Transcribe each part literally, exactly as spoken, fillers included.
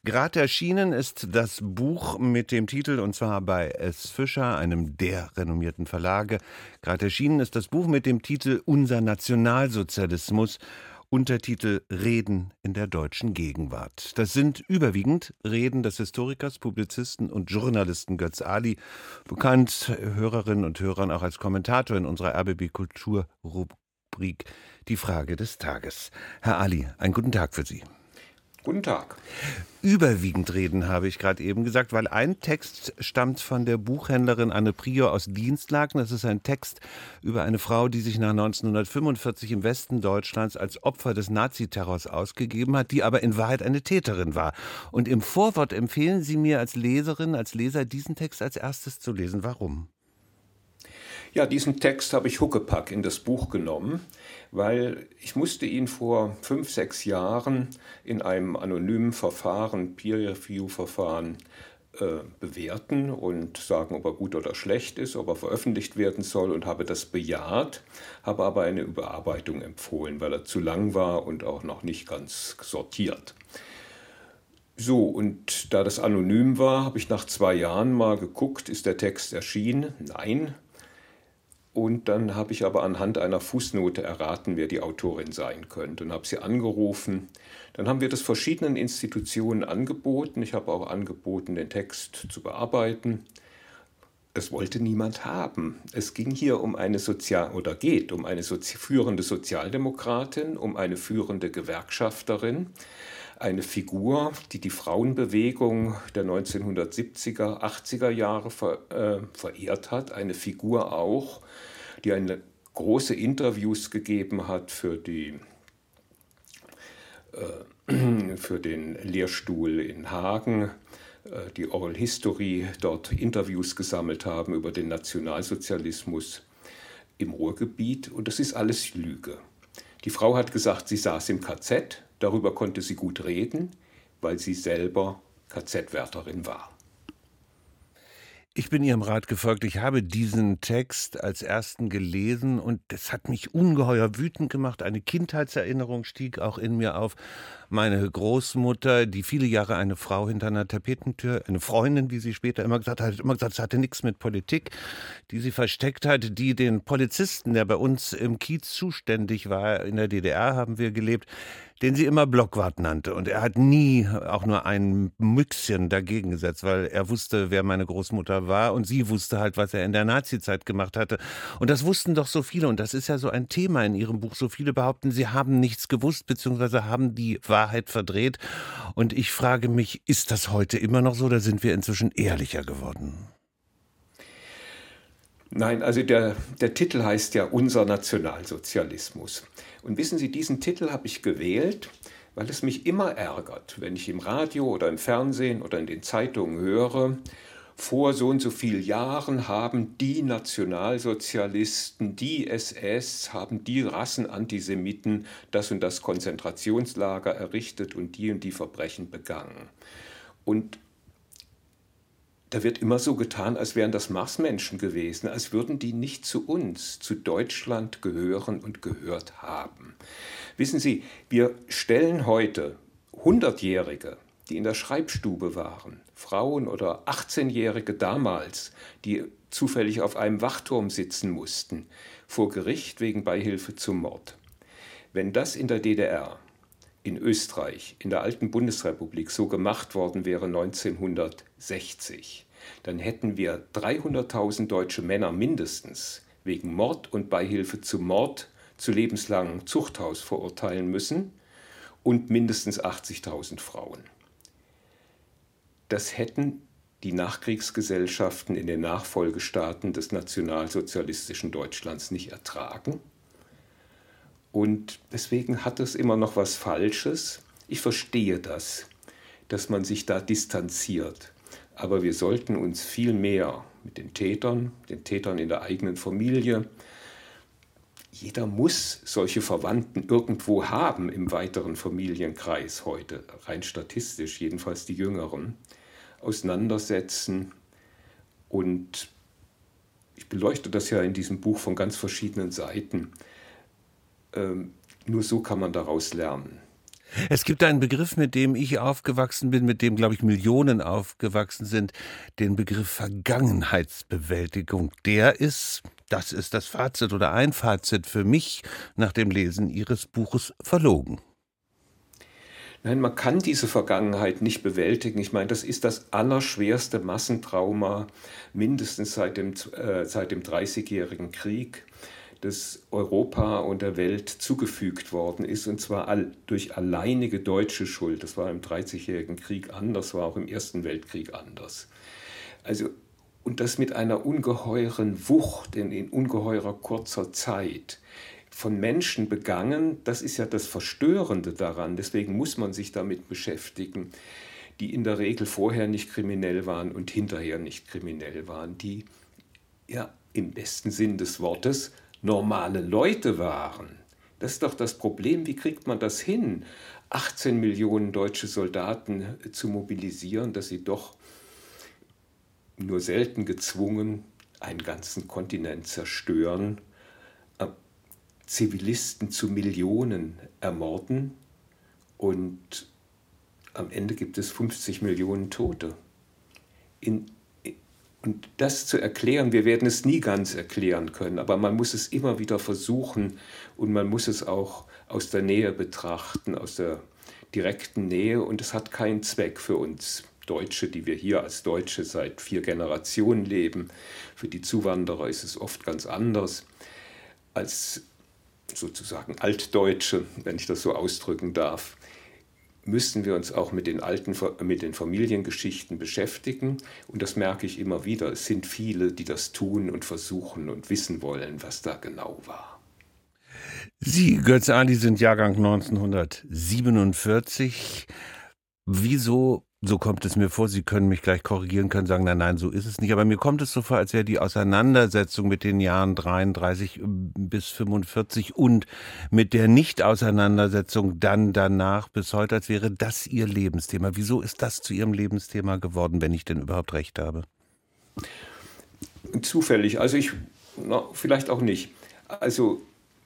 Gerade erschienen ist das Buch mit dem Titel, und zwar bei S. Fischer, einem der renommierten Verlage. Gerade erschienen ist das Buch mit dem Titel Unser Nationalsozialismus, Untertitel Reden in der deutschen Gegenwart. Das sind überwiegend Reden des Historikers, Publizisten und Journalisten Götz Ali, bekannt Hörerinnen und Hörern auch als Kommentator in unserer R B B Kultur-Rubrik Die Frage des Tages. Herr Ali, einen guten Tag für Sie. Guten Tag. Überwiegend Reden, habe ich gerade eben gesagt, weil ein Text stammt von der Buchhändlerin Anne Prior aus Dienstlaken. Das ist ein Text über eine Frau, die sich nach neunzehnhundertfünfundvierzig im Westen Deutschlands als Opfer des Naziterrors ausgegeben hat, die aber in Wahrheit eine Täterin war. Und im Vorwort empfehlen Sie mir als Leserin, als Leser, diesen Text als erstes zu lesen. Warum? Ja, diesen Text habe ich huckepack in das Buch genommen, weil ich musste ihn vor fünf, sechs Jahren in einem anonymen Verfahren, Peer-Review-Verfahren, äh, bewerten und sagen, ob er gut oder schlecht ist, ob er veröffentlicht werden soll, und habe das bejaht, habe aber eine Überarbeitung empfohlen, weil er zu lang war und auch noch nicht ganz sortiert. So, und da das anonym war, habe ich nach zwei Jahren mal geguckt, ist der Text erschienen? Nein. Und dann habe ich aber anhand einer Fußnote erraten, wer die Autorin sein könnte, und habe sie angerufen. Dann haben wir das verschiedenen Institutionen angeboten. Ich habe auch angeboten, den Text zu bearbeiten. Es wollte niemand haben. Es ging hier um eine Sozial- oder geht um eine Sozi- führende Sozialdemokratin, um eine führende Gewerkschafterin, eine Figur, die die Frauenbewegung der neunzehnhundertsiebziger, achtziger Jahre ver, äh, verehrt hat. Eine Figur auch, die eine große Interviews gegeben hat für, die, äh, für den Lehrstuhl in Hagen, äh, die Oral History, dort Interviews gesammelt haben über den Nationalsozialismus im Ruhrgebiet. Und das ist alles Lüge. Die Frau hat gesagt, sie saß im K Z. Darüber konnte sie gut reden, weil sie selber K Z-Wärterin war. Ich bin Ihrem Rat gefolgt. Ich habe diesen Text als ersten gelesen und es hat mich ungeheuer wütend gemacht. Eine Kindheitserinnerung stieg auch in mir auf. Meine Großmutter, die viele Jahre eine Frau hinter einer Tapetentür, eine Freundin, wie sie später immer gesagt hat, hat immer gesagt, es hatte nichts mit Politik, die sie versteckt hat, die den Polizisten, der bei uns im Kiez zuständig war, in der D D R haben wir gelebt, den sie immer Blockwart nannte. Und er hat nie auch nur ein Müchschen dagegen gesetzt, weil er wusste, wer meine Großmutter war, und sie wusste halt, was er in der Nazizeit gemacht hatte. Und das wussten doch so viele, und das ist ja so ein Thema in Ihrem Buch. So viele behaupten, sie haben nichts gewusst, beziehungsweise haben die Wahrheit verdreht. Und ich frage mich, ist das heute immer noch so, oder sind wir inzwischen ehrlicher geworden? Nein, also der, der Titel heißt ja Unser Nationalsozialismus. Und wissen Sie, diesen Titel habe ich gewählt, weil es mich immer ärgert, wenn ich im Radio oder im Fernsehen oder in den Zeitungen höre, vor so und so vielen Jahren haben die Nationalsozialisten, die S S, haben die Rassenantisemiten das und das Konzentrationslager errichtet und die und die Verbrechen begangen. Und da wird immer so getan, als wären das Marsmenschen gewesen, als würden die nicht zu uns, zu Deutschland gehören und gehört haben. Wissen Sie, wir stellen heute Hundertjährige, die in der Schreibstube waren, Frauen oder achtzehnjährige damals, die zufällig auf einem Wachturm sitzen mussten, vor Gericht wegen Beihilfe zum Mord. Wenn das in der D D R, in Österreich, in der alten Bundesrepublik so gemacht worden wäre neunzehnhundertsechzig, dann hätten wir dreihunderttausend deutsche Männer mindestens wegen Mord und Beihilfe zum Mord zu lebenslangem Zuchthaus verurteilen müssen und mindestens achtzigtausend Frauen. Das hätten die Nachkriegsgesellschaften in den Nachfolgestaaten des nationalsozialistischen Deutschlands nicht ertragen. Und deswegen hat es immer noch was Falsches. Ich verstehe das, dass man sich da distanziert. Aber wir sollten uns viel mehr mit den Tätern, den Tätern in der eigenen Familie, jeder muss solche Verwandten irgendwo haben im weiteren Familienkreis heute, rein statistisch, jedenfalls die Jüngeren, auseinandersetzen. Und ich beleuchte das ja in diesem Buch von ganz verschiedenen Seiten. Ähm, nur so kann man daraus lernen. Es gibt einen Begriff, mit dem ich aufgewachsen bin, mit dem, glaube ich, Millionen aufgewachsen sind, den Begriff Vergangenheitsbewältigung. Der ist, das ist das Fazit oder ein Fazit für mich nach dem Lesen Ihres Buches, verlogen. Nein, man kann diese Vergangenheit nicht bewältigen. Ich meine, das ist das allerschwerste Massentrauma, mindestens seit dem, äh, seit dem Dreißigjährigen Krieg, das Europa und der Welt zugefügt worden ist, und zwar all, durch alleinige deutsche Schuld. Das war im Dreißigjährigen Krieg anders, war auch im Ersten Weltkrieg anders. Also, und das mit einer ungeheuren Wucht in, in ungeheurer kurzer Zeit. Von Menschen begangen, das ist ja das Verstörende daran, deswegen muss man sich damit beschäftigen, die in der Regel vorher nicht kriminell waren und hinterher nicht kriminell waren, die ja im besten Sinn des Wortes normale Leute waren. Das ist doch das Problem, wie kriegt man das hin, achtzehn Millionen deutsche Soldaten zu mobilisieren, dass sie doch nur selten gezwungen einen ganzen Kontinent zerstören, Zivilisten zu Millionen ermorden, und am Ende gibt es fünfzig Millionen Tote. In, und das zu erklären, wir werden es nie ganz erklären können, aber man muss es immer wieder versuchen, und man muss es auch aus der Nähe betrachten, aus der direkten Nähe, und es hat keinen Zweck für uns Deutsche, die wir hier als Deutsche seit vier Generationen leben. Für die Zuwanderer ist es oft ganz anders. Als sozusagen Altdeutsche, wenn ich das so ausdrücken darf, müssen wir uns auch mit den alten, mit den Familiengeschichten beschäftigen. Und das merke ich immer wieder. Es sind viele, die das tun und versuchen und wissen wollen, was da genau war. Sie, Götz Ali, sind Jahrgang neunzehnhundertsiebenundvierzig. Wieso, so kommt es mir vor, Sie können mich gleich korrigieren, können sagen, nein, nein, so ist es nicht, aber mir kommt es so vor, als wäre die Auseinandersetzung mit den Jahren dreiunddreißig bis fünfundvierzig und mit der Nicht-Auseinandersetzung dann danach bis heute, als wäre das Ihr Lebensthema. Wieso ist das zu Ihrem Lebensthema geworden, wenn ich denn überhaupt recht habe? Zufällig, also ich, na, vielleicht auch nicht. Also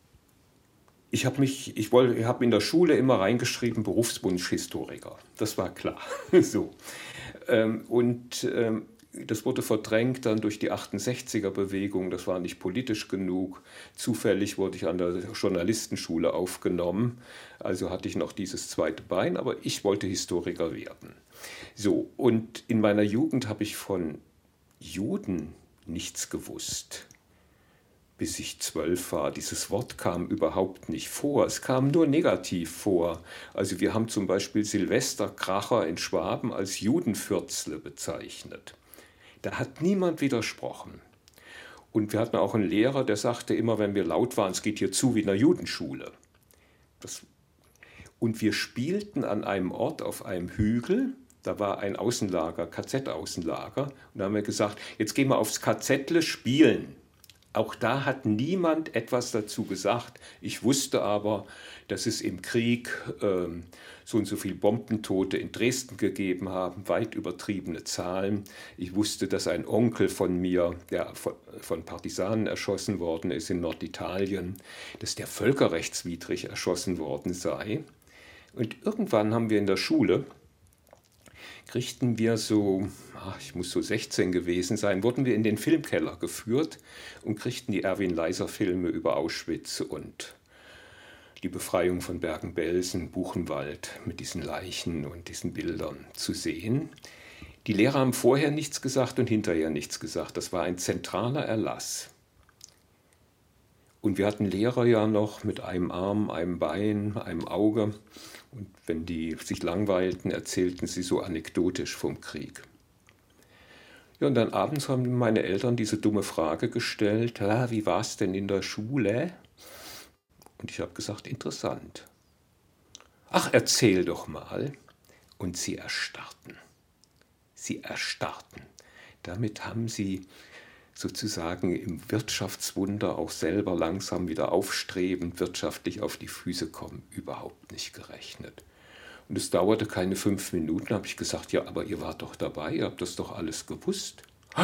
Ich habe mich, ich wollte, ich habe in der Schule immer reingeschrieben, Berufswunsch Historiker. Das war klar. so. Ähm, und ähm, das wurde verdrängt dann durch die achtundsechziger-Bewegung. Das war nicht politisch genug. Zufällig wurde ich an der Journalistenschule aufgenommen. Also hatte ich noch dieses zweite Bein, aber ich wollte Historiker werden. So, und in meiner Jugend habe ich von Juden nichts gewusst. Bis ich zwölf war. Dieses Wort kam überhaupt nicht vor. Es kam nur negativ vor. Also wir haben zum Beispiel Silvesterkracher in Schwaben als Judenfürzle bezeichnet. Da hat niemand widersprochen. Und wir hatten auch einen Lehrer, der sagte immer, wenn wir laut waren, es geht hier zu wie in einer Judenschule. Das Und wir spielten an einem Ort auf einem Hügel. Da war ein Außenlager, K Z-Außenlager. Und da haben wir gesagt, jetzt gehen wir aufs K Z-le spielen. Auch da hat niemand etwas dazu gesagt. Ich wusste aber, dass es im Krieg ähm, so und so viele Bombentote in Dresden gegeben haben, weit übertriebene Zahlen. Ich wusste, dass ein Onkel von mir, der von, von Partisanen erschossen worden ist in Norditalien, dass der völkerrechtswidrig erschossen worden sei. Und irgendwann haben wir in der Schule, kriegten wir so, ach, ich muss so sechzehn gewesen sein, wurden wir in den Filmkeller geführt und kriegten die Erwin-Leiser-Filme über Auschwitz und die Befreiung von Bergen-Belsen, Buchenwald mit diesen Leichen und diesen Bildern zu sehen. Die Lehrer haben vorher nichts gesagt und hinterher nichts gesagt. Das war ein zentraler Erlass. Und wir hatten Lehrer ja noch mit einem Arm, einem Bein, einem Auge. Und wenn die sich langweilten, erzählten sie so anekdotisch vom Krieg. Ja, und dann abends haben meine Eltern diese dumme Frage gestellt, ah, wie war es denn in der Schule? Und ich habe gesagt, interessant. Ach, erzähl doch mal. Und sie erstarrten. Sie erstarrten. Damit haben sie sozusagen im Wirtschaftswunder auch selber langsam wieder aufstrebend, wirtschaftlich auf die Füße kommen, überhaupt nicht gerechnet. Und es dauerte keine fünf Minuten, habe ich gesagt, ja, aber ihr wart doch dabei, ihr habt das doch alles gewusst.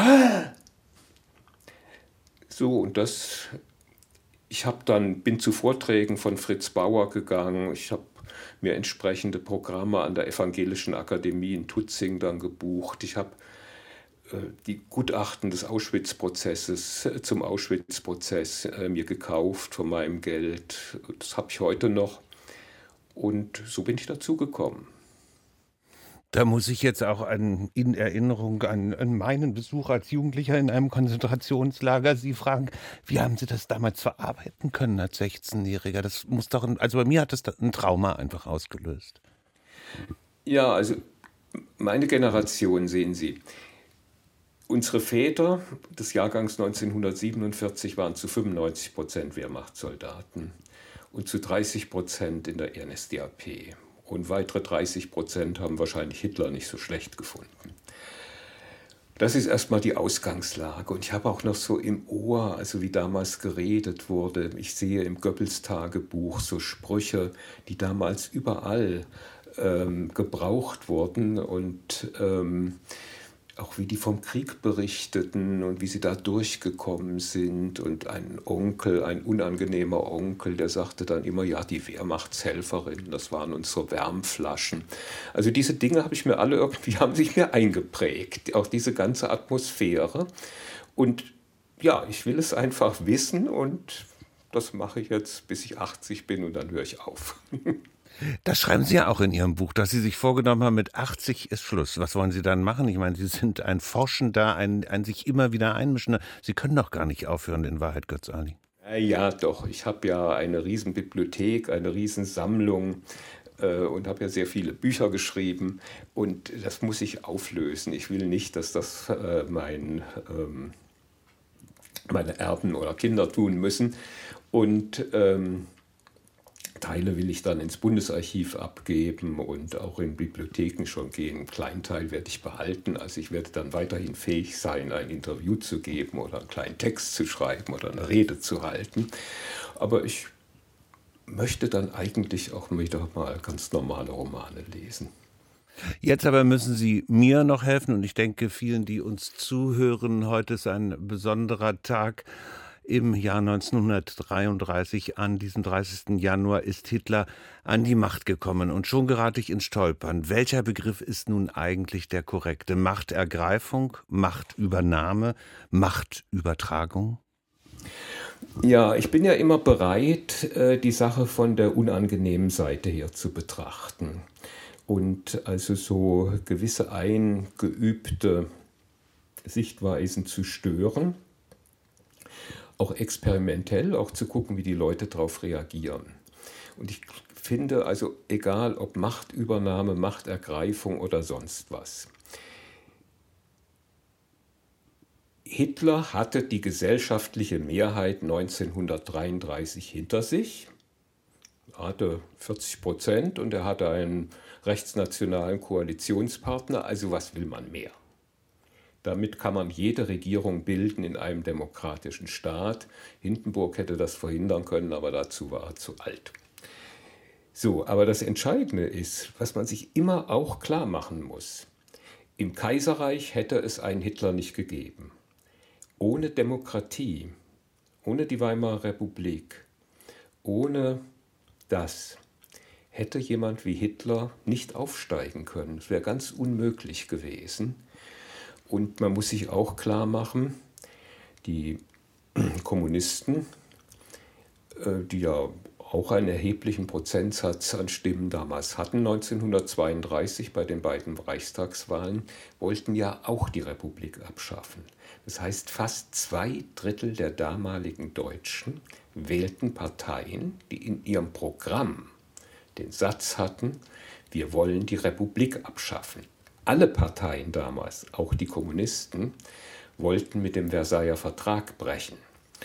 So, und das, ich habe dann, bin zu Vorträgen von Fritz Bauer gegangen, ich habe mir entsprechende Programme an der Evangelischen Akademie in Tutzing dann gebucht. Ich habe äh, die Gutachten des Auschwitz-Prozesses äh, zum Auschwitz-Prozess äh, mir gekauft von meinem Geld. Das habe ich heute noch. Und so bin ich dazu gekommen. Da muss ich jetzt auch an, in Erinnerung an, an meinen Besuch als Jugendlicher in einem Konzentrationslager Sie fragen, wie haben Sie das damals verarbeiten können als sechzehnjähriger? Das muss doch, ein, also bei mir hat das ein Trauma einfach ausgelöst. Ja, also meine Generation, sehen Sie. Unsere Väter des Jahrgangs neunzehnhundertsiebenundvierzig waren zu fünfundneunzig Prozent Wehrmachtssoldaten und zu dreißig Prozent in der N S D A P. Und weitere dreißig Prozent haben wahrscheinlich Hitler nicht so schlecht gefunden. Das ist erstmal die Ausgangslage. Und ich habe auch noch so im Ohr, also wie damals geredet wurde, ich sehe im Goebbels-Tagebuch so Sprüche, die damals überall ähm, gebraucht wurden und ähm, auch wie die vom Krieg berichteten und wie sie da durchgekommen sind. Und ein Onkel, ein unangenehmer Onkel, der sagte dann immer, ja, die Wehrmachtshelferinnen, das waren unsere Wärmflaschen. Also diese Dinge habe ich mir alle irgendwie, haben sich mir eingeprägt, auch diese ganze Atmosphäre. Und ja, ich will es einfach wissen und das mache ich jetzt, bis ich achtzig bin und dann höre ich auf. Das schreiben Sie ja auch in Ihrem Buch, dass Sie sich vorgenommen haben, mit achtzig ist Schluss. Was wollen Sie dann machen? Ich meine, Sie sind ein Forschender, ein, ein sich immer wieder einmischender. Sie können doch gar nicht aufhören, in Wahrheit, Götz Ali. Ja, doch. Ich habe ja eine Riesenbibliothek, eine Riesensammlung äh, und habe ja sehr viele Bücher geschrieben. Und das muss ich auflösen. Ich will nicht, dass das äh, mein, ähm, meine Erben oder Kinder tun müssen. Und ähm, Teile will ich dann ins Bundesarchiv abgeben und auch in Bibliotheken schon gehen. Einen kleinen Teil werde ich behalten. Also ich werde dann weiterhin fähig sein, ein Interview zu geben oder einen kleinen Text zu schreiben oder eine Rede zu halten. Aber ich möchte dann eigentlich auch wieder mal ganz normale Romane lesen. Jetzt aber müssen Sie mir noch helfen und ich denke vielen, die uns zuhören. Heute ist ein besonderer Tag. Im Jahr neunzehnhundertdreiunddreißig, an diesem dreißigsten Januar, ist Hitler an die Macht gekommen. Und schon gerate ich ins Stolpern. Welcher Begriff ist nun eigentlich der korrekte? Machtergreifung, Machtübernahme, Machtübertragung? Ja, ich bin ja immer bereit, die Sache von der unangenehmen Seite her zu betrachten. Und also so gewisse eingeübte Sichtweisen zu stören. Auch experimentell, auch zu gucken, wie die Leute darauf reagieren. Und ich finde, also egal ob Machtübernahme, Machtergreifung oder sonst was, Hitler hatte die gesellschaftliche Mehrheit neunzehnhundertdreiunddreißig hinter sich, er hatte vierzig Prozent und er hatte einen rechtsnationalen Koalitionspartner, also was will man mehr? Damit kann man jede Regierung bilden in einem demokratischen Staat. Hindenburg hätte das verhindern können, aber dazu war er zu alt. So, aber das Entscheidende ist, was man sich immer auch klar machen muss. Im Kaiserreich hätte es einen Hitler nicht gegeben. Ohne Demokratie, ohne die Weimarer Republik, ohne das hätte jemand wie Hitler nicht aufsteigen können. Es wäre ganz unmöglich gewesen. Und man muss sich auch klar machen, die Kommunisten, die ja auch einen erheblichen Prozentsatz an Stimmen damals hatten, neunzehnhundertzweiunddreißig bei den beiden Reichstagswahlen, wollten ja auch die Republik abschaffen. Das heißt, fast zwei Drittel der damaligen Deutschen wählten Parteien, die in ihrem Programm den Satz hatten, wir wollen die Republik abschaffen. Alle Parteien damals, auch die Kommunisten, wollten mit dem Versailler Vertrag brechen.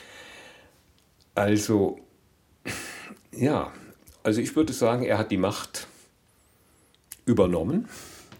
Also, ja, also ich würde sagen, er hat die Macht übernommen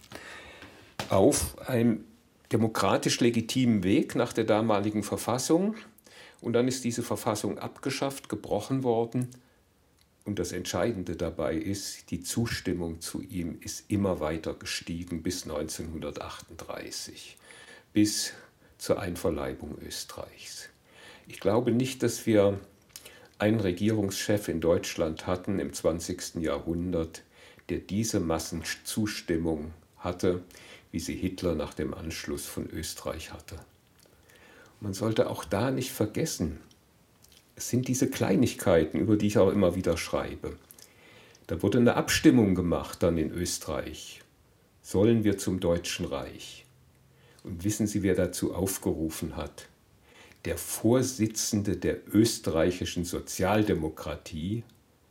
auf einem demokratisch legitimen Weg nach der damaligen Verfassung. Und dann ist diese Verfassung abgeschafft, gebrochen worden. Und das Entscheidende dabei ist, die Zustimmung zu ihm ist immer weiter gestiegen bis neunzehnhundertachtunddreißig, bis zur Einverleibung Österreichs. Ich glaube nicht, dass wir einen Regierungschef in Deutschland hatten im zwanzigsten Jahrhundert, der diese Massenzustimmung hatte, wie sie Hitler nach dem Anschluss von Österreich hatte. Man sollte auch da nicht vergessen, es sind diese Kleinigkeiten, über die ich auch immer wieder schreibe. Da wurde eine Abstimmung gemacht dann in Österreich. Sollen wir zum Deutschen Reich? Und wissen Sie, wer dazu aufgerufen hat? Der Vorsitzende der österreichischen Sozialdemokratie,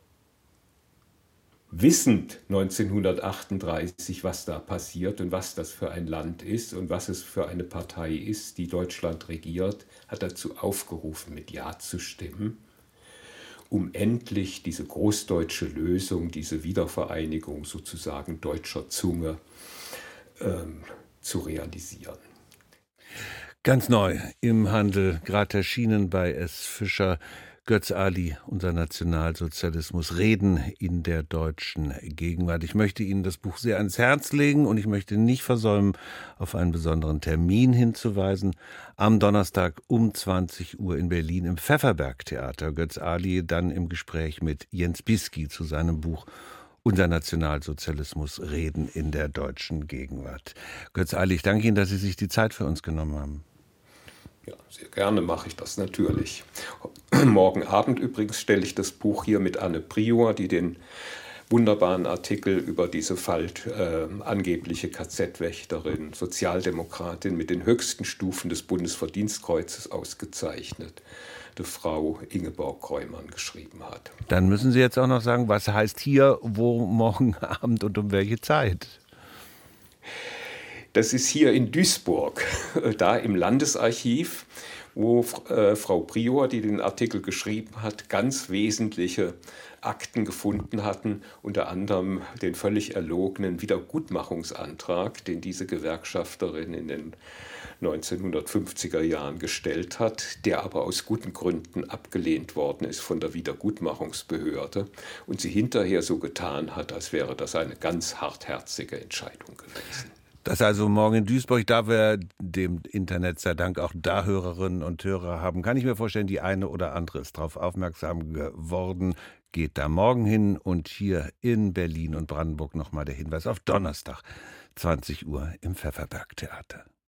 wissend neunzehnhundertachtunddreißig, was da passiert und was das für ein Land ist und was es für eine Partei ist, die Deutschland regiert, hat dazu aufgerufen, mit Ja zu stimmen, um endlich diese großdeutsche Lösung, diese Wiedervereinigung sozusagen deutscher Zunge ähm, zu realisieren. Ganz neu im Handel, gerade erschienen bei S. Fischer, Götz Ali, unser Nationalsozialismus, Reden in der deutschen Gegenwart. Ich möchte Ihnen das Buch sehr ans Herz legen und ich möchte nicht versäumen, auf einen besonderen Termin hinzuweisen. Am Donnerstag um zwanzig Uhr in Berlin im Pfefferberg-Theater. Götz Ali dann im Gespräch mit Jens Bisky zu seinem Buch Unser Nationalsozialismus, Reden in der deutschen Gegenwart. Götz Ali, ich danke Ihnen, dass Sie sich die Zeit für uns genommen haben. Ja, sehr gerne mache ich das natürlich. Morgen Abend übrigens stelle ich das Buch hier mit Anne Prior, die den wunderbaren Artikel über diese Falt, äh, angebliche K Z-Wächterin, Sozialdemokratin mit den höchsten Stufen des Bundesverdienstkreuzes ausgezeichnet, die Frau Ingeborg Kreumann geschrieben hat. Dann müssen Sie jetzt auch noch sagen, was heißt hier, wo, morgen Abend und um welche Zeit? Das ist hier in Duisburg, da im Landesarchiv, wo äh, Frau Prior, die den Artikel geschrieben hat, ganz wesentliche Akten gefunden hatten, unter anderem den völlig erlogenen Wiedergutmachungsantrag, den diese Gewerkschafterin in den neunzehnhundertfünfziger Jahren gestellt hat, der aber aus guten Gründen abgelehnt worden ist von der Wiedergutmachungsbehörde und sie hinterher so getan hat, als wäre das eine ganz hartherzige Entscheidung gewesen. Das also morgen in Duisburg, da wir dem Internet sei Dank auch da Hörerinnen und Hörer haben, kann ich mir vorstellen, die eine oder andere ist darauf aufmerksam geworden. Geht da morgen hin und hier in Berlin und Brandenburg nochmal der Hinweis auf Donnerstag, zwanzig Uhr im Pfefferberg-Theater.